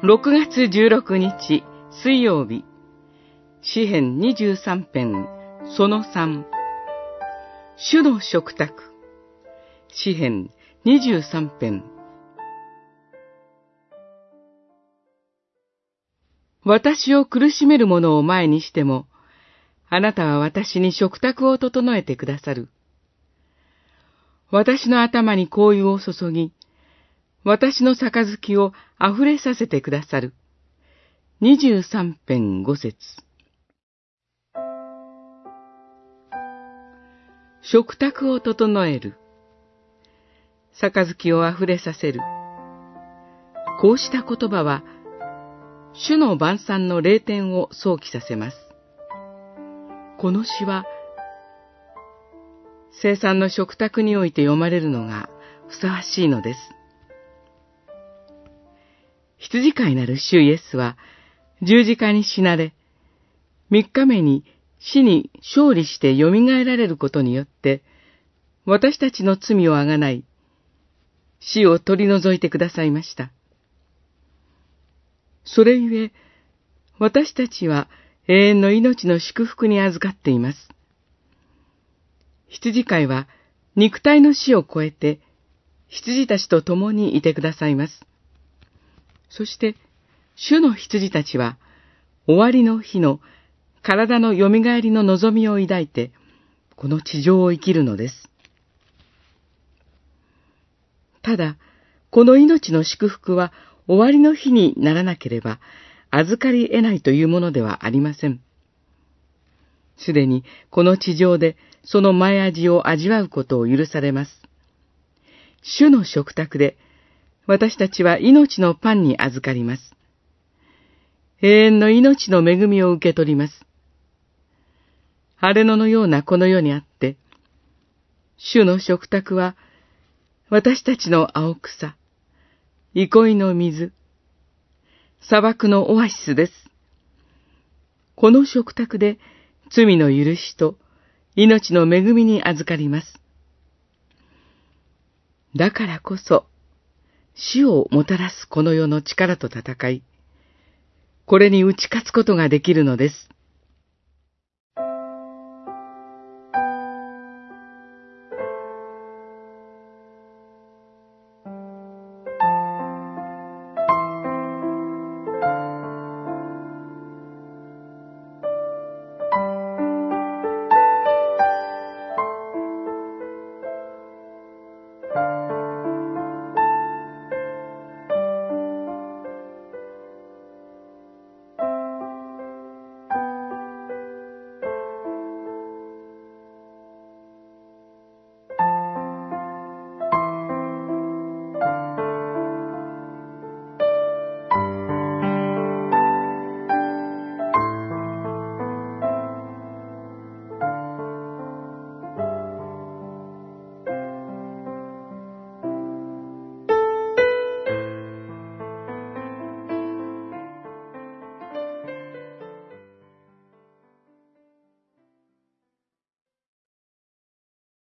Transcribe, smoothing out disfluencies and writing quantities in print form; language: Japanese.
6月16日水曜日、詩編23編その3、主の食卓。詩編23編。私を苦しめる者を前にしても、あなたは私に食卓を整えてくださる。私の頭に香油を注ぎ、私の杯をあふれさせてくださる。23編5節。食卓を整える。杯をあふれさせる。こうした言葉は、主の晩餐の霊典を想起させます。この詩は、聖餐の食卓において読まれるのがふさわしいのです。羊飼いなる主イエスは十字架に死なれ、3日目に死に勝利して蘇られることによって、私たちの罪をあがない、死を取り除いてくださいました。それゆえ、私たちは永遠の命の祝福に預かっています。羊飼いは肉体の死を超えて、羊たちと共にいてくださいます。そして、主の羊たちは、終わりの日の体のよみがえりの望みを抱いて、この地上を生きるのです。ただ、この命の祝福は終わりの日にならなければ預かり得ないというものではありません。すでにこの地上でその前味を味わうことを許されます。主の食卓で私たちは命のパンに預かります。永遠の命の恵みを受け取ります。荒れ野のようなこの世にあって、主の食卓は私たちの青草、憩いの水、砂漠のオアシスです。この食卓で罪の許しと命の恵みに預かります。だからこそ、死をもたらすこの世の力と戦い、これに打ち勝つことができるのです。